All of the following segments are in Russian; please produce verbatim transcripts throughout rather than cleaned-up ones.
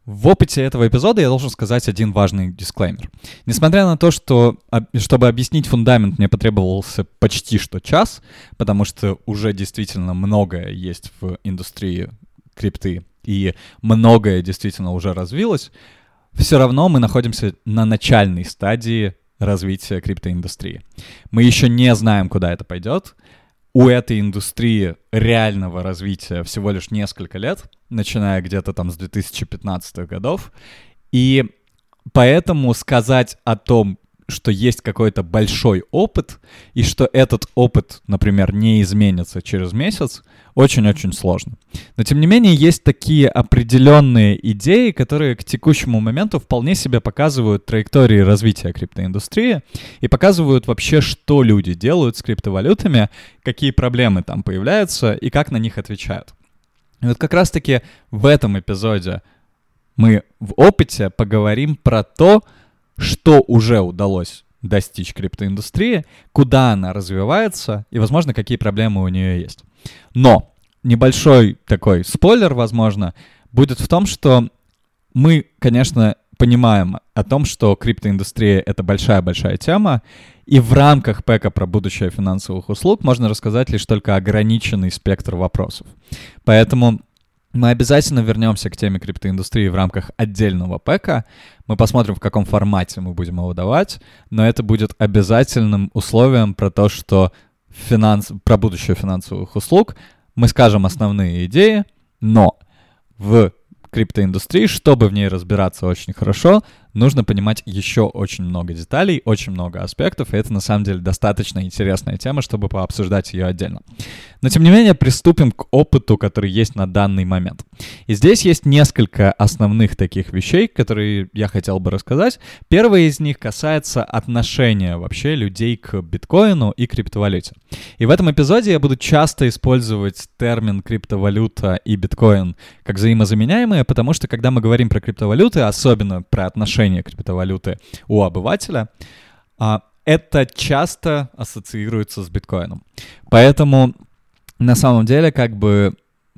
В опыте этого эпизода я должен сказать один важный дисклеймер. Несмотря на то, что, чтобы объяснить фундамент, мне потребовался почти что час, потому что уже действительно многое есть в индустрии крипты, и многое действительно уже развилось, все равно мы находимся на начальной стадии развития криптоиндустрии. Мы еще не знаем, куда это пойдет. У этой индустрии реального развития всего лишь несколько лет, начиная где-то там с две тысячи пятнадцатых годов. И поэтому сказать о том, что есть какой-то большой опыт, и что этот опыт, например, не изменится через месяц, очень-очень сложно. Но, тем не менее, есть такие определенные идеи, которые к текущему моменту вполне себе показывают траектории развития криптоиндустрии и показывают вообще, что люди делают с криптовалютами, какие проблемы там появляются и как на них отвечают. И вот как раз-таки в этом эпизоде мы в опыте поговорим про то, что уже удалось достичь криптоиндустрии, куда она развивается и, возможно, какие проблемы у нее есть. Но небольшой такой спойлер, возможно, будет в том, что мы, конечно, понимаем о том, что криптоиндустрия — это большая-большая тема, и в рамках пэка про будущее финансовых услуг можно рассказать лишь только ограниченный спектр вопросов. Поэтому мы обязательно вернемся к теме криптоиндустрии в рамках отдельного пэка. Мы посмотрим, в каком формате мы будем его давать, но это будет обязательным условием про то, что финанс... про будущее финансовых услуг мы скажем основные идеи, но в криптоиндустрии, чтобы в ней разбираться очень хорошо, нужно понимать еще очень много деталей, очень много аспектов, и это на самом деле достаточно интересная тема, чтобы пообсуждать ее отдельно. Но тем не менее, приступим к опыту, который есть на данный момент. И здесь есть несколько основных таких вещей, которые я хотел бы рассказать. Первое из них касается отношения вообще людей к биткоину и криптовалюте. И в этом эпизоде я буду часто использовать термин криптовалюта и биткоин как взаимозаменяемые, потому что когда мы говорим про криптовалюты, особенно про отношения криптовалюты у обывателя, это часто ассоциируется с биткоином. Поэтому на самом деле как бы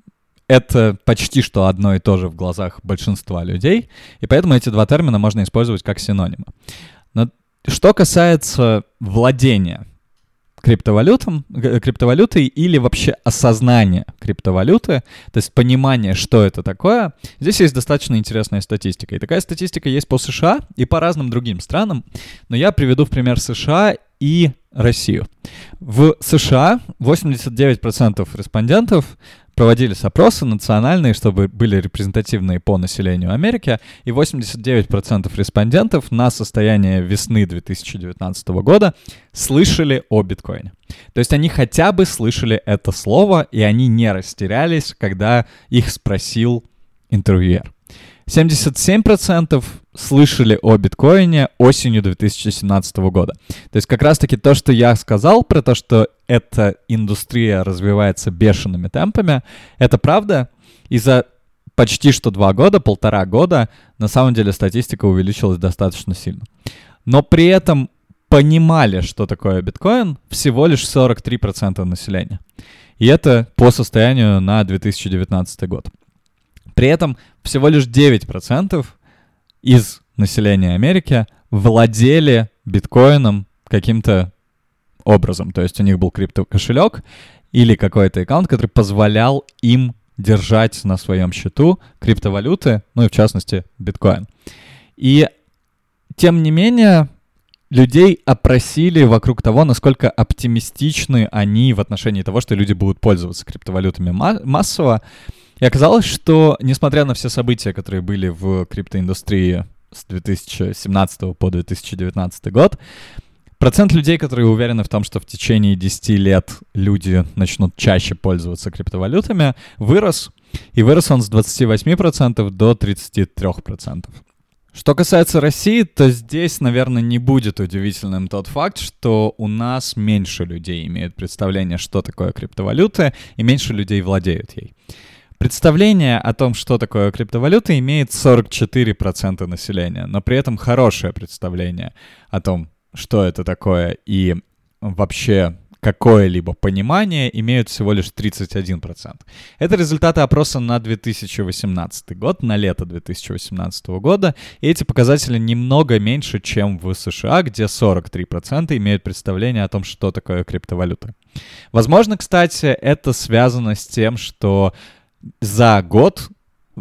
это почти что одно и то же в глазах большинства людей, и поэтому эти два термина можно использовать как синонимы. Но что касается владения криптовалютам, криптовалютой или вообще осознания криптовалюты, то есть понимание, что это такое, здесь есть достаточно интересная статистика. И такая статистика есть по США и по разным другим странам, но я приведу в пример США и Россию. В США восемьдесят девять процентов респондентов проводились опросы национальные, чтобы были репрезентативные по населению Америки, и восемьдесят девять процентов респондентов на состояние весны две тысячи девятнадцатого года слышали о биткоине. То есть они хотя бы слышали это слово, и они не растерялись, когда их спросил интервьюер. семьдесят семь процентов слышали о биткоине осенью две тысячи семнадцатого года. То есть как раз-таки то, что я сказал про то, что эта индустрия развивается бешеными темпами, это правда. И за почти что два года, полтора года, на самом деле статистика увеличилась достаточно сильно. Но при этом понимали, что такое биткоин, всего лишь сорок три процента населения. И это по состоянию на две тысячи девятнадцатый год. При этом всего лишь девять процентов из населения Америки владели биткоином каким-то образом. То есть у них был криптокошелек или какой-то аккаунт, который позволял им держать на своем счету криптовалюты, ну и в частности биткоин. И тем не менее людей опросили вокруг того, насколько оптимистичны они в отношении того, что люди будут пользоваться криптовалютами массово. И оказалось, что, несмотря на все события, которые были в криптоиндустрии с две тысячи семнадцатого по две тысячи девятнадцатый год, процент людей, которые уверены в том, что в течение десяти лет люди начнут чаще пользоваться криптовалютами, вырос. И вырос он с двадцати восьми процентов до тридцати трёх процентов. Что касается России, то здесь, наверное, не будет удивительным тот факт, что у нас меньше людей имеют представление, что такое криптовалюта, и меньше людей владеют ей. Представление о том, что такое криптовалюта, имеет сорок четыре процента населения, но при этом хорошее представление о том, что это такое и вообще какое-либо понимание, имеют всего лишь тридцать один процент. Это результаты опроса на две тысячи восемнадцатый год, на лето две тысячи восемнадцатого года, и эти показатели немного меньше, чем в США, где сорок три процента имеют представление о том, что такое криптовалюта. Возможно, кстати, это связано с тем, что за год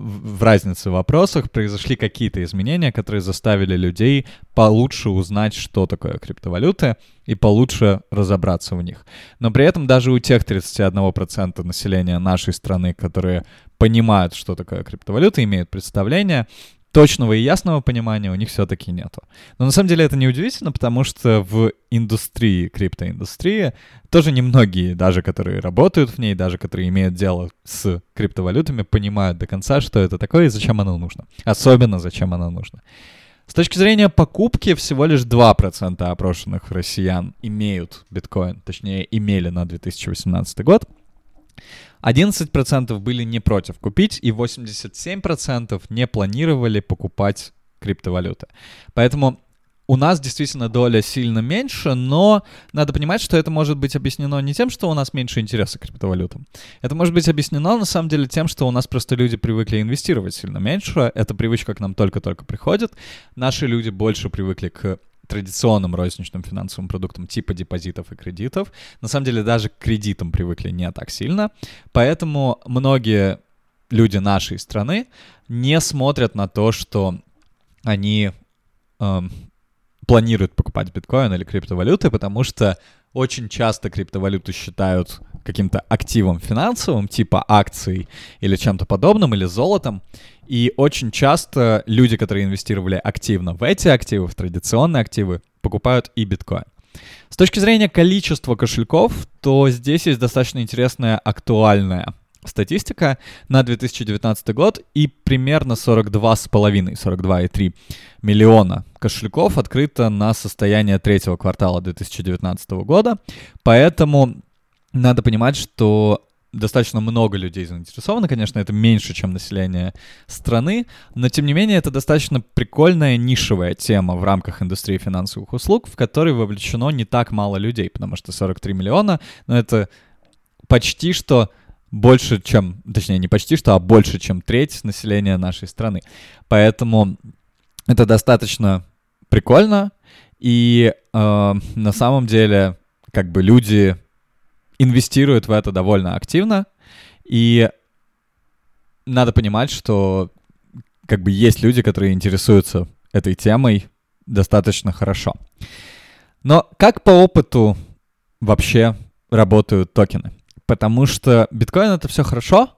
в разнице в вопросах произошли какие-то изменения, которые заставили людей получше узнать, что такое криптовалюта, и получше разобраться в них. Но при этом даже у тех тридцати одного процента населения нашей страны, которые понимают, что такое криптовалюта, имеют представление, точного и ясного понимания у них все-таки нету. Но на самом деле это не удивительно, потому что в индустрии, криптоиндустрии, тоже немногие, даже которые работают в ней, даже которые имеют дело с криптовалютами, понимают до конца, что это такое и зачем оно нужно. Особенно зачем оно нужно. С точки зрения покупки, всего лишь два процента опрошенных россиян имеют биткоин, точнее, имели на две тысячи восемнадцатый год. одиннадцать процентов были не против купить, и восемьдесят семь процентов не планировали покупать криптовалюты. Поэтому у нас действительно доля сильно меньше, но надо понимать, что это может быть объяснено не тем, что у нас меньше интереса к криптовалютам. Это может быть объяснено на самом деле тем, что у нас просто люди привыкли инвестировать сильно меньше. Эта привычка к нам только-только приходит. Наши люди больше привыкли к традиционным розничным финансовым продуктам типа депозитов и кредитов. На самом деле даже к кредитам привыкли не так сильно. Поэтому многие люди нашей страны не смотрят на то, что они эм, планируют покупать биткоин или криптовалюты, потому что очень часто криптовалюту считают каким-то активом финансовым, типа акций или чем-то подобным, или золотом. И очень часто люди, которые инвестировали активно в эти активы, в традиционные активы, покупают и биткоин. С точки зрения количества кошельков, то здесь есть достаточно интересная актуальная статистика на две тысячи девятнадцатый год, и примерно сорок два с половиной, сорок два и три миллиона кошельков открыто на состояние третьего квартала две тысячи девятнадцатого года. Поэтому надо понимать, что достаточно много людей заинтересовано. Конечно, это меньше, чем население страны, но, тем не менее, это достаточно прикольная нишевая тема в рамках индустрии финансовых услуг, в которой вовлечено не так мало людей, потому что сорок три миллиона, но это почти что больше, чем, точнее, не почти что, а больше, чем треть населения нашей страны. Поэтому это достаточно прикольно, и э, на самом деле, как бы люди инвестируют в это довольно активно, и надо понимать, что как бы есть люди, которые интересуются этой темой достаточно хорошо. Но как по опыту вообще работают токены? Потому что биткоин — это все хорошо,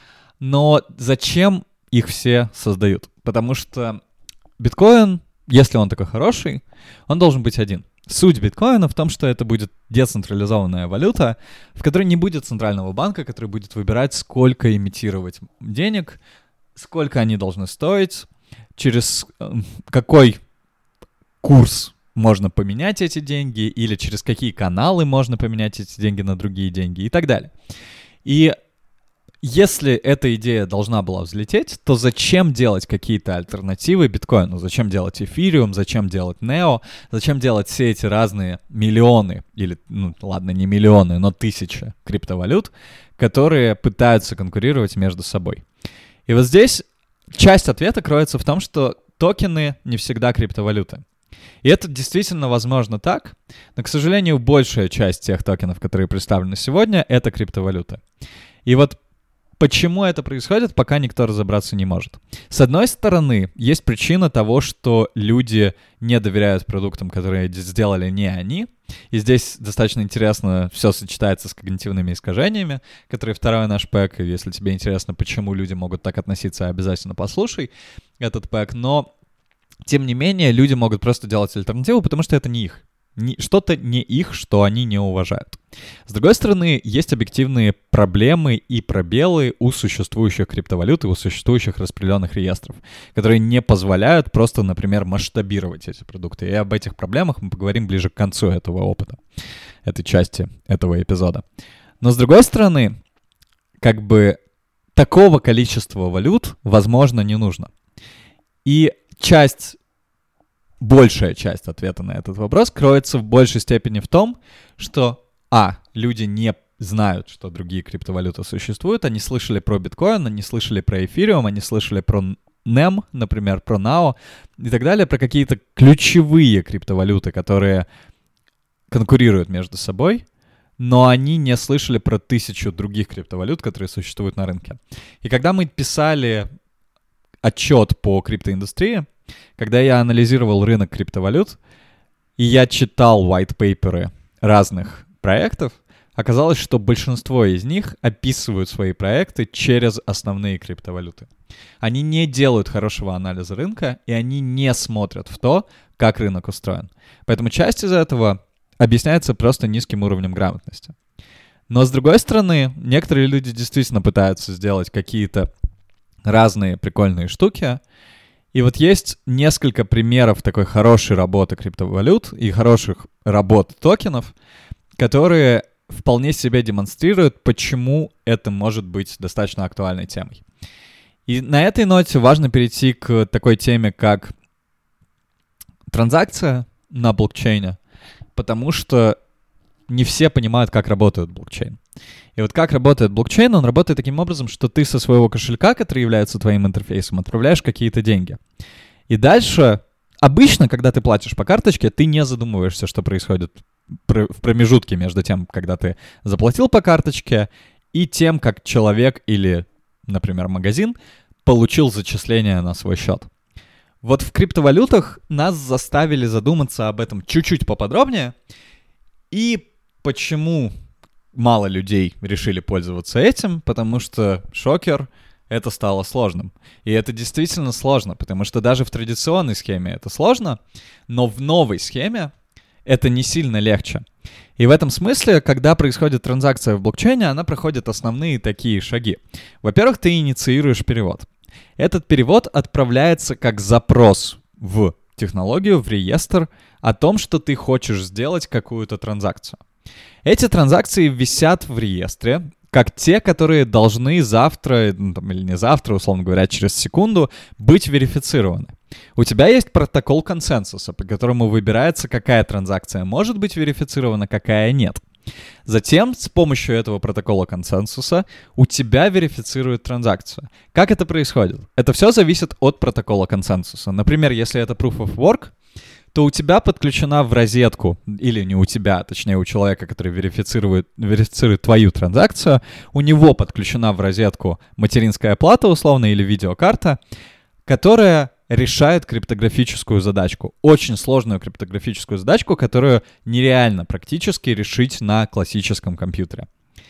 но зачем их все создают? Потому что биткоин, если он такой хороший, он должен быть один. Суть биткоина в том, что это будет децентрализованная валюта, в которой не будет центрального банка, который будет выбирать, сколько имитировать денег, сколько они должны стоить, через какой курс можно поменять эти деньги, или через какие каналы можно поменять эти деньги на другие деньги и так далее. И если эта идея должна была взлететь, то зачем делать какие-то альтернативы биткоину? Зачем делать эфириум? Зачем делать нео? Зачем делать все эти разные миллионы, или, ну ладно, не миллионы, но тысячи криптовалют, которые пытаются конкурировать между собой? И вот здесь часть ответа кроется в том, что токены не всегда криптовалюты. И это действительно возможно так, но, к сожалению, большая часть тех токенов, которые представлены сегодня, это криптовалюта. И вот почему это происходит, пока никто разобраться не может. С одной стороны, есть причина того, что люди не доверяют продуктам, которые сделали не они. И здесь достаточно интересно все сочетается с когнитивными искажениями, которые второй наш пэк. И если тебе интересно, почему люди могут так относиться, обязательно послушай этот пэк. Но тем не менее, люди могут просто делать альтернативу, потому что это не их. Не, что-то не их, что они не уважают. С другой стороны, есть объективные проблемы и пробелы у существующих криптовалют и у существующих распределенных реестров, которые не позволяют просто, например, масштабировать эти продукты. И об этих проблемах мы поговорим ближе к концу этого опыта, этой части этого эпизода. Но с другой стороны, как бы такого количества валют, возможно, не нужно. И часть, большая часть ответа на этот вопрос кроется в большей степени в том, что а, люди не знают, что другие криптовалюты существуют, они слышали про биткоин, они слышали про эфириум, они слышали про нэм, например, про нао и так далее, про какие-то ключевые криптовалюты, которые конкурируют между собой, но они не слышали про тысячу других криптовалют, которые существуют на рынке. И когда мы писали отчет по криптоиндустрии, когда я анализировал рынок криптовалют, и я читал white-пейперы разных проектов, оказалось, что большинство из них описывают свои проекты через основные криптовалюты. Они не делают хорошего анализа рынка, и они не смотрят в то, как рынок устроен. Поэтому часть из этого объясняется просто низким уровнем грамотности. Но, с другой стороны, некоторые люди действительно пытаются сделать какие-то разные прикольные штуки. И вот есть несколько примеров такой хорошей работы криптовалют и хороших работ токенов, которые вполне себе демонстрируют, почему это может быть достаточно актуальной темой. И на этой ноте важно перейти к такой теме, как транзакция на блокчейне, потому что не все понимают, как работает блокчейн. И вот как работает блокчейн, он работает таким образом, что ты со своего кошелька, который является твоим интерфейсом, отправляешь какие-то деньги. И дальше, обычно, когда ты платишь по карточке, ты не задумываешься, что происходит в промежутке между тем, когда ты заплатил по карточке, и тем, как человек или, например, магазин получил зачисление на свой счет. Вот в криптовалютах нас заставили задуматься об этом чуть-чуть поподробнее. И почему мало людей решили пользоваться этим? Потому что, шокер, это стало сложным. И это действительно сложно, потому что даже в традиционной схеме это сложно, но в новой схеме это не сильно легче. И в этом смысле, когда происходит транзакция в блокчейне, она проходит основные такие шаги. Во-первых, ты инициируешь перевод. Этот перевод отправляется как запрос в технологию, в реестр о том, что ты хочешь сделать какую-то транзакцию. Эти транзакции висят в реестре, как те, которые должны завтра, ну, там, или не завтра, условно говоря, через секунду, быть верифицированы. У тебя есть протокол консенсуса, по которому выбирается, какая транзакция может быть верифицирована, какая нет. Затем с помощью этого протокола консенсуса у тебя верифицируют транзакцию. Как это происходит? Это все зависит от протокола консенсуса. Например, если это Proof of Work, то у тебя подключена в розетку, или не у тебя, а точнее у человека, который верифицирует, верифицирует твою транзакцию, у него подключена в розетку материнская плата, условно, или видеокарта, которая решает криптографическую задачку. Очень сложную криптографическую задачку, которую нереально практически решить на классическом компьютере.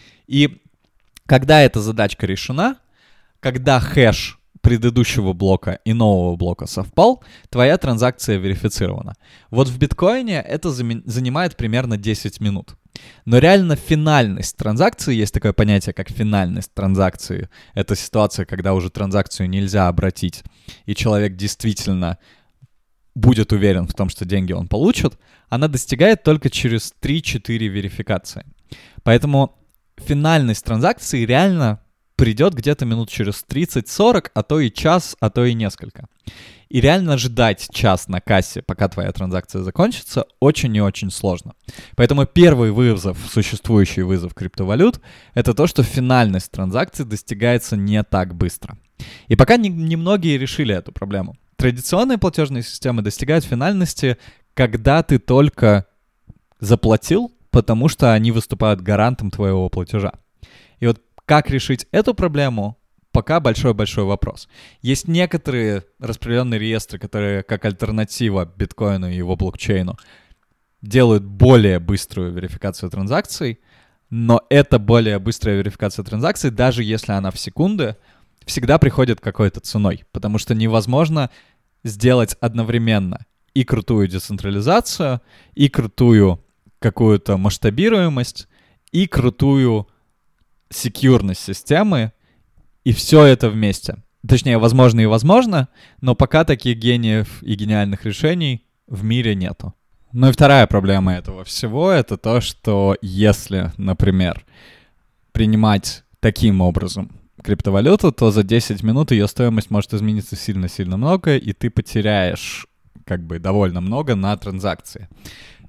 И когда эта задачка решена, когда хэш предыдущего блока и нового блока совпал, твоя транзакция верифицирована. Вот в биткоине это зам- занимает примерно десять минут. Но реально финальность транзакции, есть такое понятие, как финальность транзакции. Это ситуация, когда уже транзакцию нельзя обратить, и человек действительно будет уверен в том, что деньги он получит, она достигает только через три-четыре верификации. Поэтому финальность транзакции реально придет где-то минут через тридцать-сорок, а то и час, а то и несколько. И реально ждать час на кассе, пока твоя транзакция закончится, очень и очень сложно. Поэтому первый вызов, существующий вызов криптовалют, это то, что финальность транзакции достигается не так быстро. И пока не, не многие решили эту проблему. Традиционные платежные системы достигают финальности, когда ты только заплатил, потому что они выступают гарантом твоего платежа. И вот как решить эту проблему, пока большой-большой вопрос. Есть некоторые распределенные реестры, которые как альтернатива биткоину и его блокчейну делают более быструю верификацию транзакций, но эта более быстрая верификация транзакций, даже если она в секунды, всегда приходит какой-то ценой, потому что невозможно сделать одновременно и крутую децентрализацию, и крутую какую-то масштабируемость, и крутую секьюрность системы, и все это вместе. Точнее, возможно и возможно, но пока таких гениев и гениальных решений в мире нету. Ну и вторая проблема этого всего — это то, что если, например, принимать таким образом криптовалюту, то за десять минут ее стоимость может измениться сильно-сильно много, и ты потеряешь как бы довольно много на транзакции.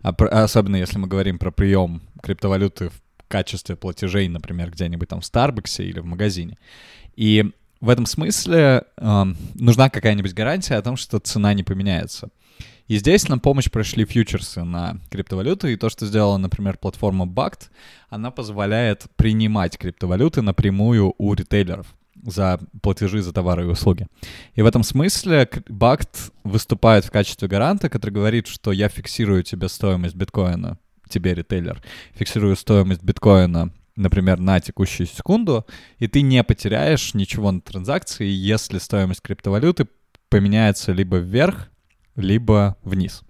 А про, особенно если мы говорим про прием криптовалюты в качестве платежей, например, где-нибудь там в Старбаксе или в магазине. И в этом смысле э, нужна какая-нибудь гарантия о том, что цена не поменяется. И здесь на помощь пришли фьючерсы на криптовалюты, и то, что сделала, например, платформа бакт, она позволяет принимать криптовалюты напрямую у ритейлеров за платежи за товары и услуги. И в этом смысле бакт выступает в качестве гаранта, который говорит, что я фиксирую тебе стоимость биткоина, тебе, ритейлер, фиксирую стоимость биткоина, например, на текущую секунду, и ты не потеряешь ничего на транзакции, если стоимость криптовалюты поменяется либо вверх, либо вниз.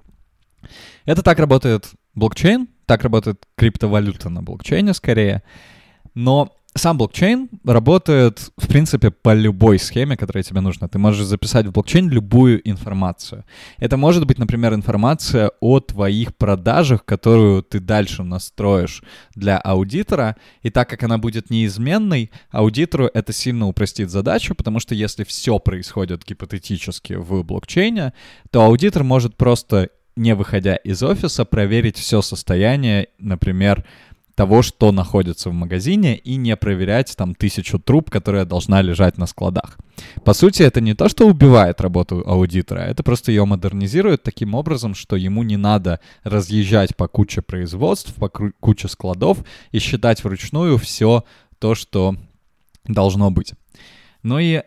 Это так работает блокчейн, так работает криптовалюта на блокчейне скорее, но сам блокчейн работает, в принципе, по любой схеме, которая тебе нужна. Ты можешь записать в блокчейн любую информацию. Это может быть, например, информация о твоих продажах, которую ты дальше настроишь для аудитора. И так как она будет неизменной, аудитору это сильно упростит задачу, потому что если все происходит гипотетически в блокчейне, то аудитор может просто, не выходя из офиса, проверить все состояние, например, того, что находится в магазине, и не проверять там тысячу труб, которая должна лежать на складах. По сути, это не то, что убивает работу аудитора, это просто ее модернизирует таким образом, что ему не надо разъезжать по куче производств, по куче складов и считать вручную все то, что должно быть. Ну и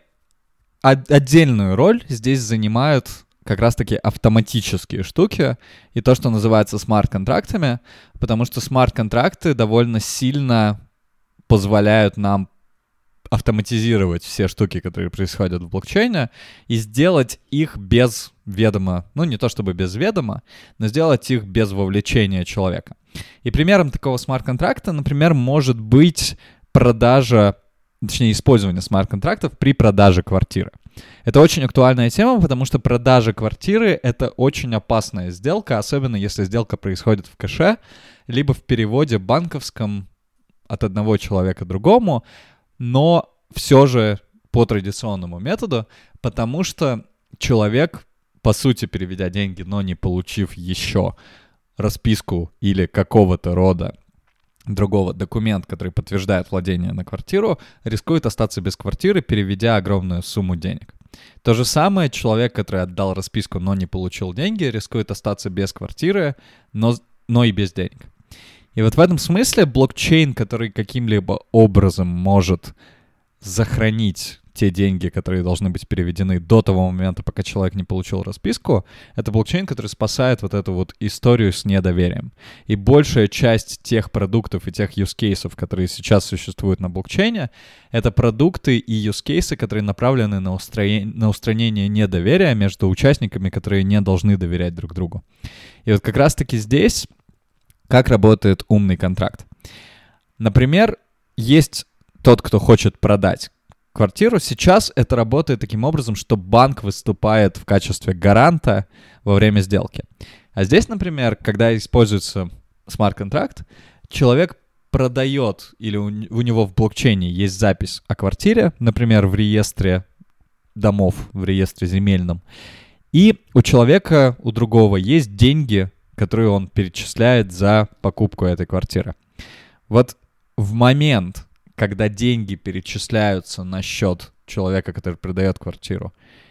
отдельную роль здесь занимают как раз-таки автоматические штуки и то, что называется смарт-контрактами, потому что смарт-контракты довольно сильно позволяют нам автоматизировать все штуки, которые происходят в блокчейне, и сделать их без ведома, ну не то чтобы без ведома, но сделать их без вовлечения человека. И примером такого смарт-контракта, например, может быть продажа, точнее использование смарт-контрактов при продаже квартиры. Это очень актуальная тема, потому что продажа квартиры — это очень опасная сделка, особенно если сделка происходит в кэше, либо в переводе банковском от одного человека к другому, но все же по традиционному методу, потому что человек, по сути, переведя деньги, но не получив еще расписку или какого-то рода другого документ, который подтверждает владение на квартиру, рискует остаться без квартиры, переведя огромную сумму денег. То же самое человек, который отдал расписку, но не получил деньги, рискует остаться без квартиры, но, но и без денег. И вот в этом смысле блокчейн, который каким-либо образом может сохранить те деньги, которые должны быть переведены до того момента, пока человек не получил расписку, это блокчейн, который спасает вот эту вот историю с недоверием. И большая часть тех продуктов и тех use-кейсов, которые сейчас существуют на блокчейне, это продукты и use-кейсы, которые направлены на, устроен... на устранение недоверия между участниками, которые не должны доверять друг другу. И вот как раз-таки здесь как работает умный контракт. Например, есть тот, кто хочет продать квартиру. Сейчас это работает таким образом, что банк выступает в качестве гаранта во время сделки. А здесь, например, когда используется смарт-контракт, человек продает, или у, у него в блокчейне есть запись о квартире, например, в реестре домов, в реестре земельном, и у человека, у другого есть деньги, которые он перечисляет за покупку этой квартиры. Вот в момент, когда деньги перечисляются на счет человека, который продает квартиру,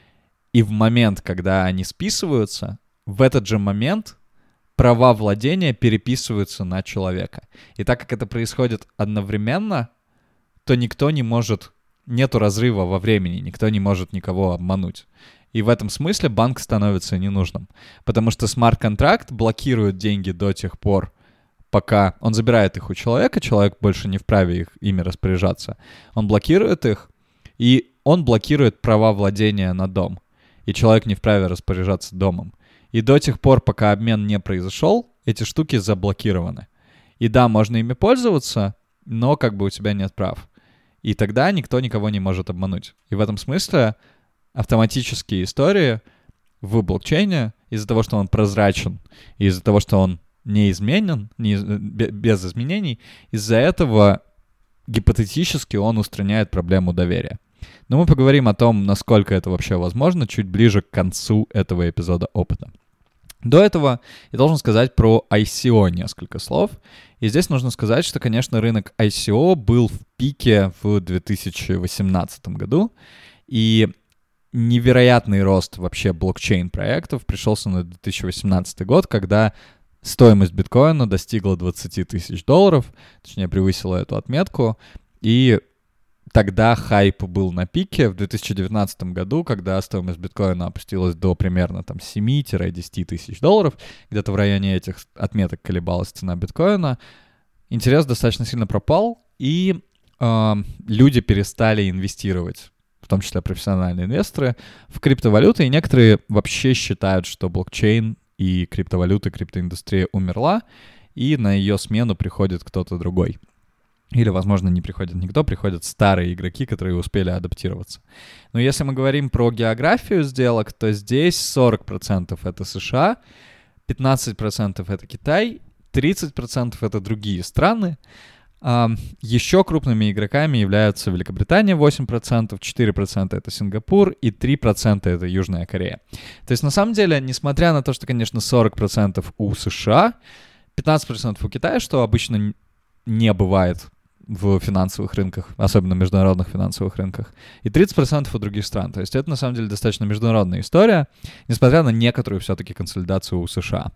и в момент, когда они списываются, в этот же момент права владения переписываются на человека. И так как это происходит одновременно, то никто не может, нету разрыва во времени, никто не может никого обмануть. И в этом смысле банк становится ненужным, потому что смарт-контракт блокирует деньги до тех пор, пока он забирает их у человека, человек больше не вправе их ими распоряжаться. Он блокирует их, и он блокирует права владения на дом. И человек не вправе распоряжаться домом. И до тех пор, пока обмен не произошел, эти штуки заблокированы. И да, можно ими пользоваться, но как бы у тебя нет прав. И тогда никто никого не может обмануть. И в этом смысле автоматические истории в блокчейне, из-за того, что он прозрачен, и из-за того, что он неизменен, не, без изменений, из-за этого гипотетически он устраняет проблему доверия. Но мы поговорим о том, насколько это вообще возможно, чуть ближе к концу этого эпизода опыта. До этого я должен сказать про ай си о несколько слов. И здесь нужно сказать, что, конечно, рынок ай си о был в пике в две тысячи восемнадцатом году, и невероятный рост вообще блокчейн-проектов пришелся на две тысячи восемнадцатый год, когда стоимость биткоина достигла двадцать тысяч долларов, точнее, превысила эту отметку, и тогда хайп был на пике. В две тысячи девятнадцатом году, когда стоимость биткоина опустилась до примерно там семь-десять тысяч долларов, где-то в районе этих отметок колебалась цена биткоина, интерес достаточно сильно пропал, и э, люди перестали инвестировать, в том числе профессиональные инвесторы, в криптовалюты, и некоторые вообще считают, что блокчейн и криптовалюты, криптоиндустрия умерла, и на ее смену приходит кто-то другой. Или, возможно, не приходит никто, приходят старые игроки, которые успели адаптироваться. Но если мы говорим про географию сделок, то здесь сорок процентов это США, пятнадцать процентов это Китай, тридцать процентов это другие страны. Uh, еще крупными игроками являются Великобритания восемь процентов, четыре процента это Сингапур и три процента это Южная Корея. То есть на самом деле, несмотря на то, что, конечно, сорок процентов у США, пятнадцать процентов у Китая, что обычно не бывает в финансовых рынках, особенно международных финансовых рынках, и тридцать процентов у других стран. То есть это на самом деле достаточно международная история, несмотря на некоторую все-таки консолидацию у США.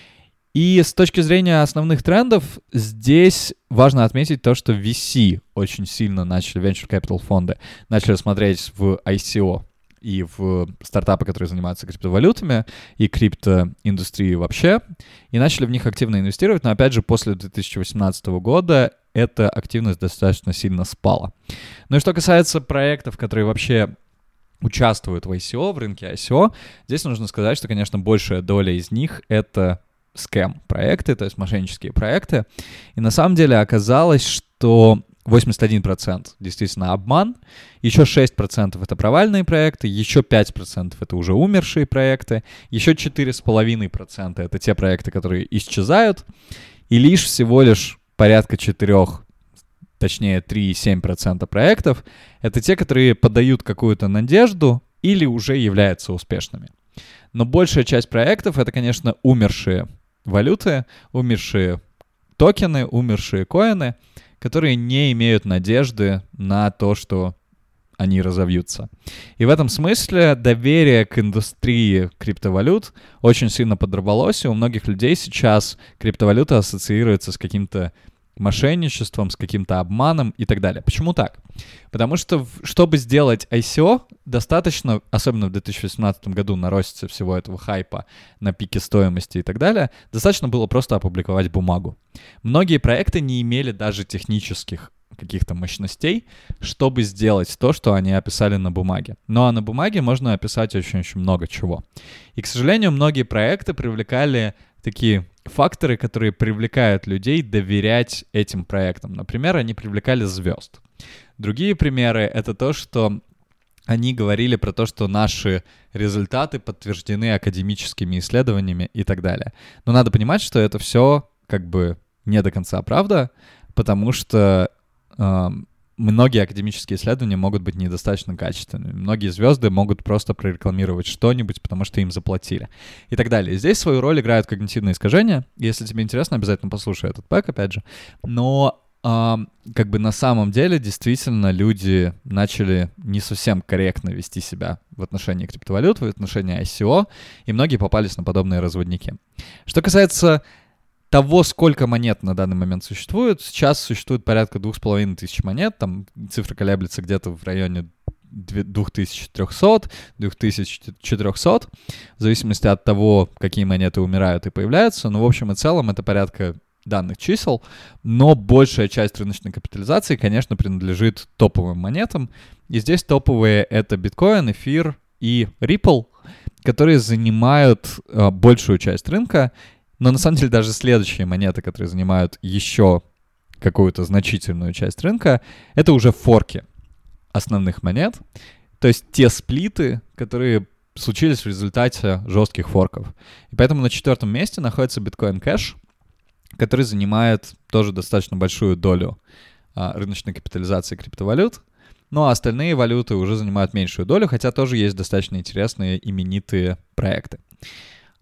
И с точки зрения основных трендов, здесь важно отметить то, что ви си очень сильно начали, venture capital фонды, начали смотреть в ай си о и в стартапы, которые занимаются криптовалютами и криптоиндустрией вообще, и начали в них активно инвестировать, но опять же после две тысячи восемнадцатого года эта активность достаточно сильно спала. Ну и что касается проектов, которые вообще участвуют в ай си о, в рынке ай си о, здесь нужно сказать, что, конечно, большая доля из них — это скэм-проекты, то есть мошеннические проекты. И на самом деле оказалось, что восемьдесят один процент действительно обман, еще шесть процентов это провальные проекты, еще пять процентов это уже умершие проекты, еще четыре целых пять десятых процента это те проекты, которые исчезают, и лишь всего лишь порядка четырех, точнее три целых семь десятых процента проектов это те, которые подают какую-то надежду или уже являются успешными. Но большая часть проектов — это, конечно, умершие валюты, умершие токены, умершие коины, которые не имеют надежды на то, что они разовьются. И в этом смысле доверие к индустрии криптовалют очень сильно подорвалось, и у многих людей сейчас криптовалюта ассоциируется с каким-то мошенничеством, с каким-то обманом и так далее. Почему так? Потому что, чтобы сделать ай си о, достаточно, особенно в две тысячи восемнадцатом году на росте всего этого хайпа, на пике стоимости и так далее, достаточно было просто опубликовать бумагу. Многие проекты не имели даже технических каких-то мощностей, чтобы сделать то, что они описали на бумаге. Ну а на бумаге можно описать очень-очень много чего. И, к сожалению, многие проекты привлекали такие факторы, которые привлекают людей доверять этим проектам. Например, они привлекали звезд. Другие примеры — это то, что они говорили про то, что наши результаты подтверждены академическими исследованиями и так далее. Но надо понимать, что это все как бы не до конца правда, потому что э, многие академические исследования могут быть недостаточно качественными. Многие звезды могут просто прорекламировать что-нибудь, потому что им заплатили. И так далее. Здесь свою роль играют когнитивные искажения. Если тебе интересно, обязательно послушай этот пэк, опять же. Но э, как бы на самом деле действительно люди начали не совсем корректно вести себя в отношении криптовалют, в отношении ай си о, и многие попались на подобные разводники. Что касается того, сколько монет на данный момент существует, сейчас существует порядка двух с половиной тысяч монет, там цифра колеблется где-то в районе две тысячи триста - две тысячи четыреста, в зависимости от того, какие монеты умирают и появляются, но в общем и целом это порядка данных чисел, но большая часть рыночной капитализации, конечно, принадлежит топовым монетам, и здесь топовые — это биткоин, эфир и Ripple, которые занимают э, большую часть рынка. Но на самом деле даже следующие монеты, которые занимают еще какую-то значительную часть рынка, это уже форки основных монет. То есть те сплиты, которые случились в результате жестких форков. И поэтому на четвертом месте находится Bitcoin Cash, который занимает тоже достаточно большую долю а, рыночной капитализации криптовалют. Ну а остальные валюты уже занимают меньшую долю, хотя тоже есть достаточно интересные именитые проекты.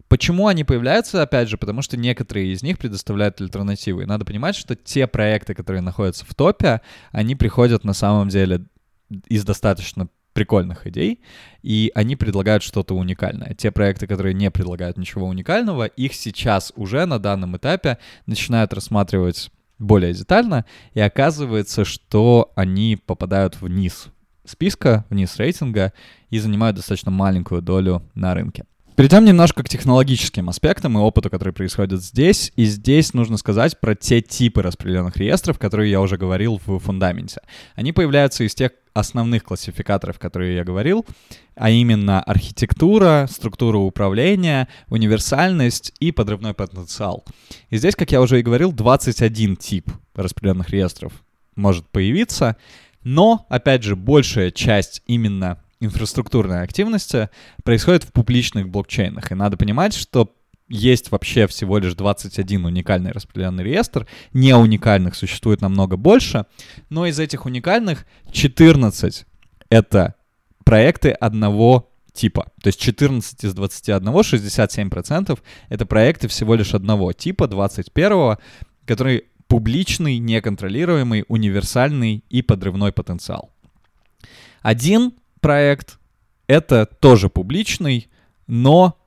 Почему они появляются? Опять же, потому что некоторые из них предоставляют альтернативы. И надо понимать, что те проекты, которые находятся в топе, они приходят на самом деле из достаточно прикольных идей, и они предлагают что-то уникальное. Те проекты, которые не предлагают ничего уникального, их сейчас уже на данном этапе начинают рассматривать более детально, и оказывается, что они попадают вниз списка, вниз рейтинга и занимают достаточно маленькую долю на рынке. Перейдем немножко к технологическим аспектам и опыту, который происходит здесь. И здесь нужно сказать про те типы распределенных реестров, которые я уже говорил в фундаменте. Они появляются из тех основных классификаторов, которые я говорил, а именно архитектура, структура управления, универсальность и подрывной потенциал. И здесь, как я уже и говорил, двадцать один тип распределенных реестров может появиться, но, опять же, большая часть именно инфраструктурной активности происходит в публичных блокчейнах. И надо понимать, что есть вообще всего лишь двадцать один уникальный распределенный реестр. Не уникальных существует намного больше, но из этих уникальных четырнадцать — это проекты одного типа. То есть четырнадцать из двадцати одного, шестьдесят семь процентов — это проекты всего лишь одного типа, двадцать первого, который публичный, неконтролируемый, универсальный и подрывной потенциал. Один проект — это тоже публичный, но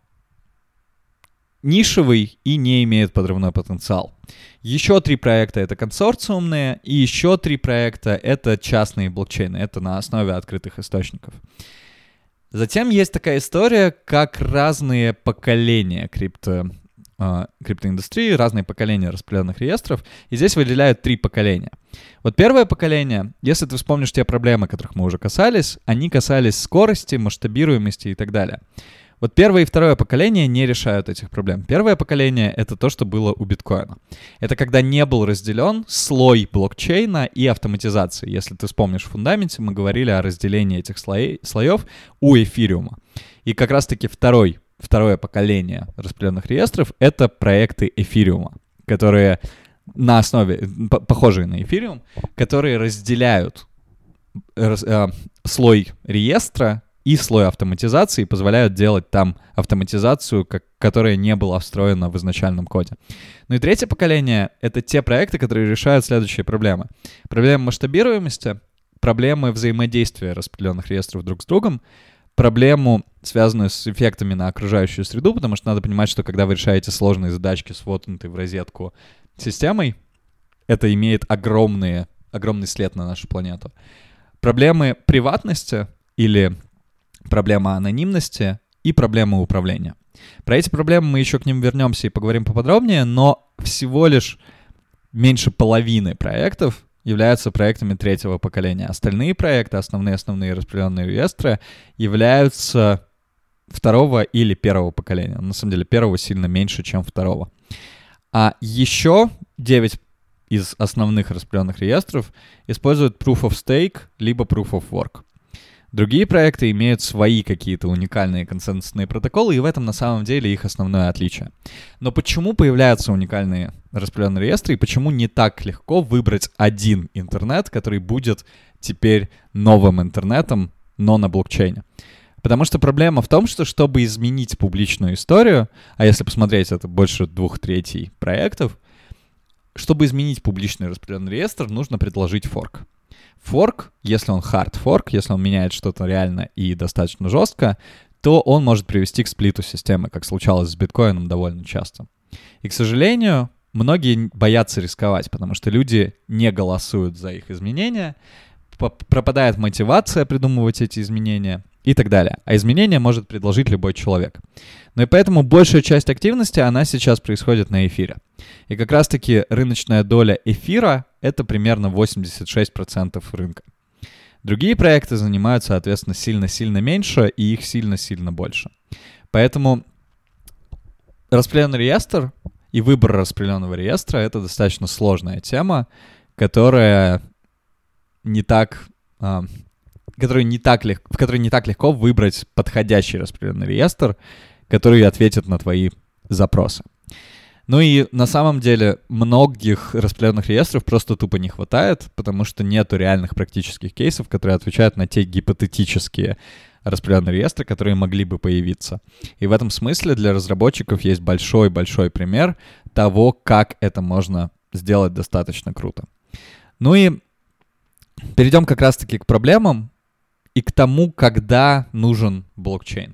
нишевый и не имеет подрывной потенциал. Еще три проекта — это консорциумные, и еще три проекта — это частные блокчейны. Это на основе открытых источников. Затем есть такая история, как разные поколения крипто, э, криптоиндустрии, разные поколения распределенных реестров. И здесь выделяют три поколения. Вот первое поколение, если ты вспомнишь те проблемы, которых мы уже касались, они касались скорости, масштабируемости и так далее. Вот первое и второе поколение не решают этих проблем. Первое поколение — это то, что было у биткоина. Это когда не был разделен слой блокчейна и автоматизации. Если ты вспомнишь в фундаменте, мы говорили о разделении этих слои, слоев у эфириума. И как раз-таки второй, второе поколение распределенных реестров — это проекты эфириума, которые на основе, похожие на эфириум, которые разделяют раз, э, слой реестра и слой автоматизации, позволяют делать там автоматизацию, как, которая не была встроена в изначальном коде. Ну и третье поколение — это те проекты, которые решают следующие проблемы. Проблемы масштабируемости, проблемы взаимодействия распределенных реестров друг с другом, проблему, связанную с эффектами на окружающую среду, потому что надо понимать, что когда вы решаете сложные задачки с воткнутой в розетку системой, это имеет огромные, огромный след на нашу планету. Проблемы приватности или проблема анонимности и проблема управления. Про эти проблемы мы еще к ним вернемся и поговорим поподробнее, но всего лишь меньше половины проектов являются проектами третьего поколения. Остальные проекты, основные-основные распределенные реестры, являются второго или первого поколения. На самом деле первого сильно меньше, чем второго. А еще девять из основных распределенных реестров используют Proof of Stake либо Proof of Work. Другие проекты имеют свои какие-то уникальные консенсусные протоколы, и в этом на самом деле их основное отличие. Но почему появляются уникальные распределенные реестры, и почему не так легко выбрать один интернет, который будет теперь новым интернетом, но на блокчейне? Потому что проблема в том, что чтобы изменить публичную историю, а если посмотреть, это больше двух третей проектов, чтобы изменить публичный распределенный реестр, нужно предложить форк. Форк, если он hard fork, если он меняет что-то реально и достаточно жестко, то он может привести к сплиту системы, как случалось с биткоином довольно часто. И, к сожалению, многие боятся рисковать, потому что люди не голосуют за их изменения, пропадает мотивация придумывать эти изменения и так далее. А изменения может предложить любой человек. Ну и поэтому большая часть активности, она сейчас происходит на эфире. И как раз-таки рыночная доля эфира — это примерно восемьдесят шесть процентов рынка. Другие проекты занимают, соответственно, сильно-сильно меньше, и их сильно-сильно больше. Поэтому распределенный реестр и выбор распределенного реестра — это достаточно сложная тема, которая не так... А, которую не так лег... в которой не так легко выбрать подходящий распределенный реестр, который ответит на твои запросы. Ну и на самом деле многих распределенных реестров просто тупо не хватает, потому что нету реальных практических кейсов, которые отвечают на те гипотетические распределенные реестры, которые могли бы появиться. И в этом смысле для разработчиков есть большой-большой пример того, как это можно сделать достаточно круто. Ну и перейдем как раз-таки к проблемам и к тому, когда нужен блокчейн.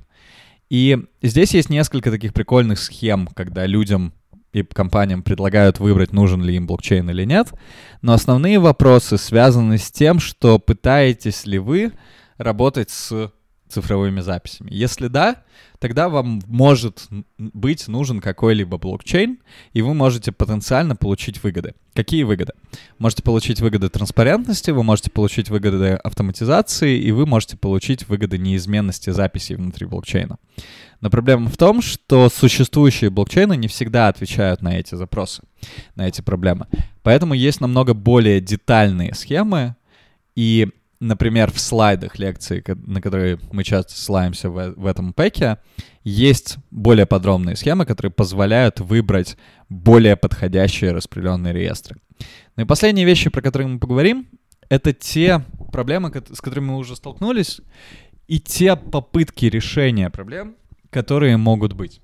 И здесь есть несколько таких прикольных схем, когда людям и компаниям предлагают выбрать, нужен ли им блокчейн или нет. Но основные вопросы связаны с тем, что пытаетесь ли вы работать с цифровыми записями. Если да, тогда вам может быть нужен какой-либо блокчейн, и вы можете потенциально получить выгоды. Какие выгоды? Можете получить выгоды транспарентности, вы можете получить выгоды автоматизации, и вы можете получить выгоды неизменности записей внутри блокчейна. Но проблема в том, что существующие блокчейны не всегда отвечают на эти запросы, на эти проблемы. Поэтому есть намного более детальные схемы, и например, в слайдах лекции, на которые мы часто ссылаемся в, в этом пэке, есть более подробные схемы, которые позволяют выбрать более подходящие распределенные реестры. Ну и последние вещи, про которые мы поговорим, это те проблемы, с которыми мы уже столкнулись, и те попытки решения проблем, которые могут быть.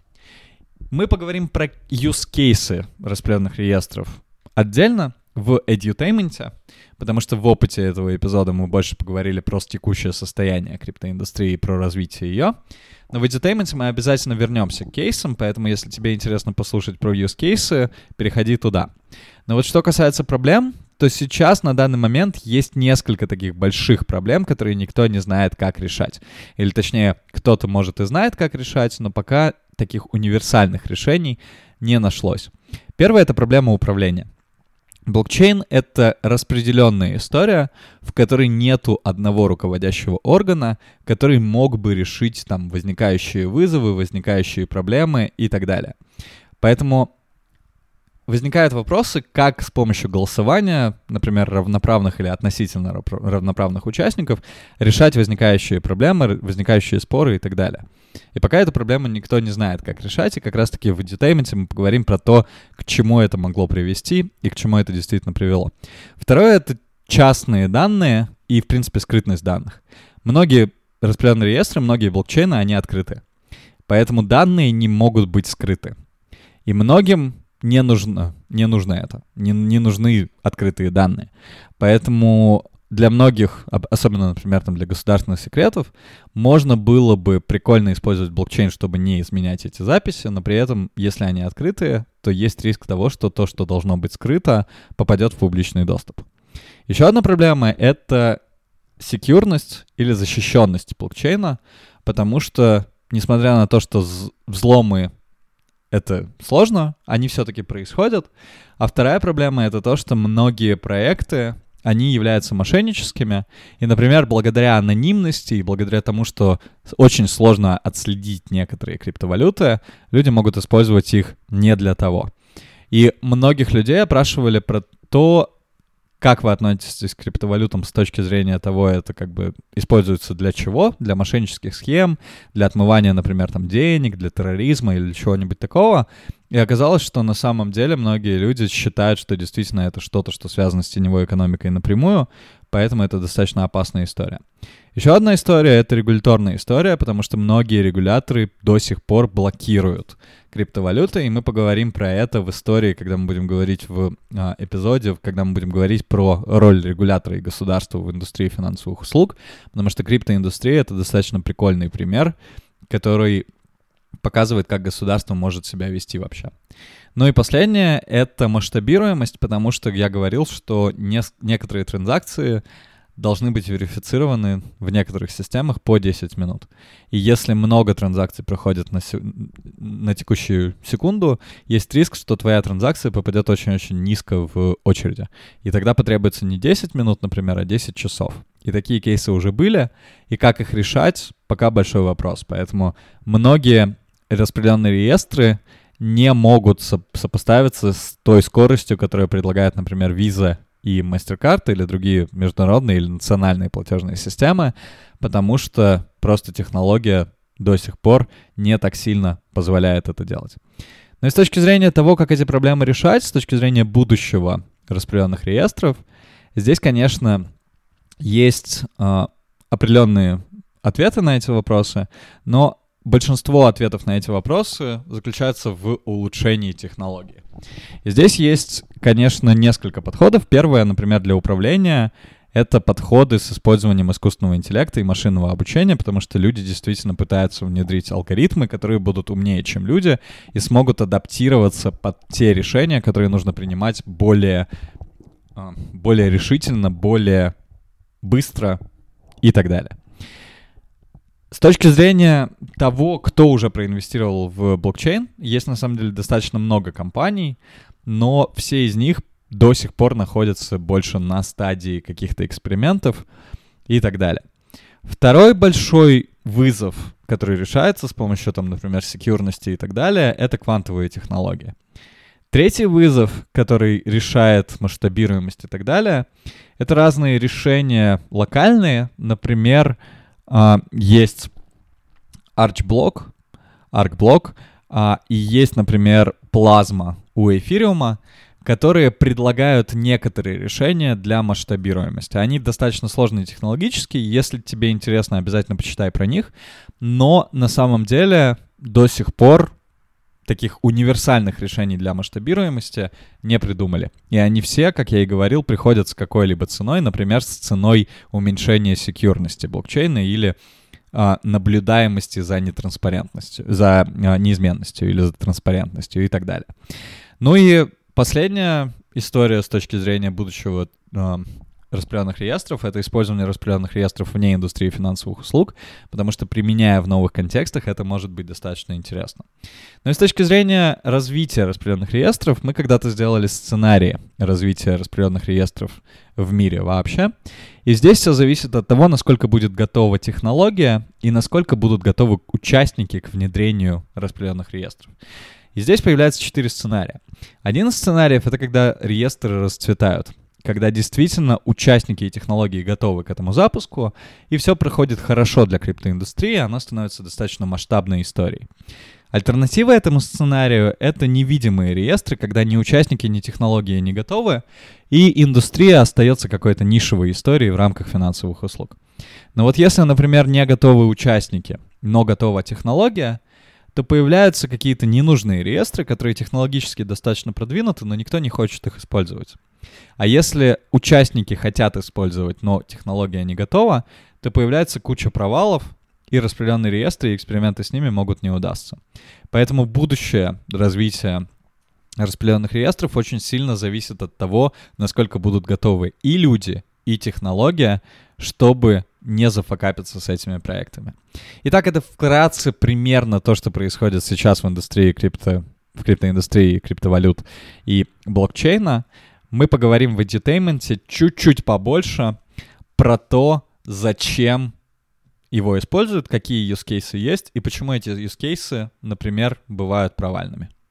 Мы поговорим про use-кейсы распределенных реестров отдельно, в edutainment, потому что в опыте этого эпизода мы больше поговорили про текущее состояние криптоиндустрии и про развитие ее. Но в edutainment мы обязательно вернемся к кейсам, поэтому если тебе интересно послушать про use-кейсы, переходи туда. Но вот что касается проблем, то сейчас на данный момент есть несколько таких больших проблем, которые никто не знает, как решать. Или точнее, кто-то может и знает, как решать, но пока таких универсальных решений не нашлось. Первая — это проблема управления. Блокчейн — это распределенная история, в которой нету одного руководящего органа, который мог бы решить там возникающие вызовы, возникающие проблемы и так далее. Поэтому возникают вопросы, как с помощью голосования, например, равноправных или относительно равноправных участников, решать возникающие проблемы, возникающие споры и так далее. И пока эту проблему никто не знает, как решать, и как раз-таки в edutainment мы поговорим про то, к чему это могло привести и к чему это действительно привело. Второе — это частные данные и, в принципе, скрытность данных. Многие распределенные реестры, многие блокчейны, они открыты. Поэтому данные не могут быть скрыты. И многим не нужно, не нужно это, не, не нужны открытые данные. Поэтому для многих, особенно, например, там для государственных секретов, можно было бы прикольно использовать блокчейн, чтобы не изменять эти записи, но при этом, если они открытые, то есть риск того, что то, что должно быть скрыто, попадет в публичный доступ. Еще одна проблема — это секьюрность или защищенность блокчейна, потому что, несмотря на то, что взломы — это сложно, они все-таки происходят. А вторая проблема — это то, что многие проекты, они являются мошенническими, и, например, благодаря анонимности и благодаря тому, что очень сложно отследить некоторые криптовалюты, люди могут использовать их не для того. И многих людей опрашивали про то, как вы относитесь к криптовалютам с точки зрения того, это как бы используется для чего? Для мошеннических схем, для отмывания, например, там денег, для терроризма или чего-нибудь такого. И оказалось, что на самом деле многие люди считают, что действительно это что-то, что связано с теневой экономикой напрямую, поэтому это достаточно опасная история. Еще одна история — это регуляторная история, потому что многие регуляторы до сих пор блокируют криптовалюты, и мы поговорим про это в истории, когда мы будем говорить в а, эпизоде, когда мы будем говорить про роль регулятора и государства в индустрии финансовых услуг, потому что криптоиндустрия — это достаточно прикольный пример, который показывает, как государство может себя вести вообще. Ну и последнее — это масштабируемость, потому что я говорил, что не, некоторые транзакции должны быть верифицированы в некоторых системах по десять минут. И если много транзакций проходит на, се- на текущую секунду, есть риск, что твоя транзакция попадет очень-очень низко в очереди. И тогда потребуется не десять минут, например, а десять часов. И такие кейсы уже были, и как их решать, пока большой вопрос. Поэтому многие распределенные реестры не могут со- сопоставиться с той скоростью, которую предлагает, например, Visa и MasterCard или другие международные или национальные платежные системы, потому что просто технология до сих пор не так сильно позволяет это делать. Но и с точки зрения того, как эти проблемы решать, с точки зрения будущего распределенных реестров, здесь, конечно, есть э, определенные ответы на эти вопросы, но большинство ответов на эти вопросы заключаются в улучшении технологии. И здесь есть, конечно, несколько подходов. Первое, например, для управления — это подходы с использованием искусственного интеллекта и машинного обучения, потому что люди действительно пытаются внедрить алгоритмы, которые будут умнее, чем люди, и смогут адаптироваться под те решения, которые нужно принимать более, более решительно, более быстро и так далее. С точки зрения того, кто уже проинвестировал в блокчейн, есть на самом деле достаточно много компаний, но все из них до сих пор находятся больше на стадии каких-то экспериментов и так далее. Второй большой вызов, который решается с помощью, там, например, секьюрности и так далее, это квантовые технологии. Третий вызов, который решает масштабируемость и так далее, это разные решения локальные. Например, есть Archblock, ArcBlock, и есть, например, плазма у эфириума, которые предлагают некоторые решения для масштабируемости. Они достаточно сложные технологически, если тебе интересно, обязательно почитай про них, но на самом деле до сих пор таких универсальных решений для масштабируемости не придумали. И они все, как я и говорил, приходят с какой-либо ценой, например, с ценой уменьшения секьюрности блокчейна или а, наблюдаемости за нетранспарентностью, за а, неизменностью или за транспарентностью и так далее. Ну и последняя история с точки зрения будущего э, распределенных реестров — это использование распределенных реестров вне индустрии финансовых услуг, потому что, применяя в новых контекстах, это может быть достаточно интересно. Но и с точки зрения развития распределенных реестров, мы когда-то сделали сценарий развития распределенных реестров в мире вообще. И здесь все зависит от того, насколько будет готова технология и насколько будут готовы участники к внедрению распределенных реестров. И здесь появляется четыре сценария. Один из сценариев — это когда реестры расцветают, когда действительно участники и технологии готовы к этому запуску, и все проходит хорошо для криптоиндустрии, она становится достаточно масштабной историей. Альтернатива этому сценарию — это невидимые реестры, когда ни участники, ни технологии не готовы, и индустрия остается какой-то нишевой историей в рамках финансовых услуг. Но вот если, например, не готовы участники, но готова технология, то появляются какие-то ненужные реестры, которые технологически достаточно продвинуты, но никто не хочет их использовать. А если участники хотят использовать, но технология не готова, то появляется куча провалов, и распределенные реестры и эксперименты с ними могут не удастся. Поэтому будущее развития распределенных реестров очень сильно зависит от того, насколько будут готовы и люди, и технология, чтобы не зафакапиться с этими проектами. Итак, это вкратце примерно то, что происходит сейчас в индустрии крипто, в криптоиндустрии криптовалют и блокчейна. Мы поговорим в edutainment чуть-чуть побольше про то, зачем его используют, какие use cases есть и почему эти use cases, например, бывают провальными.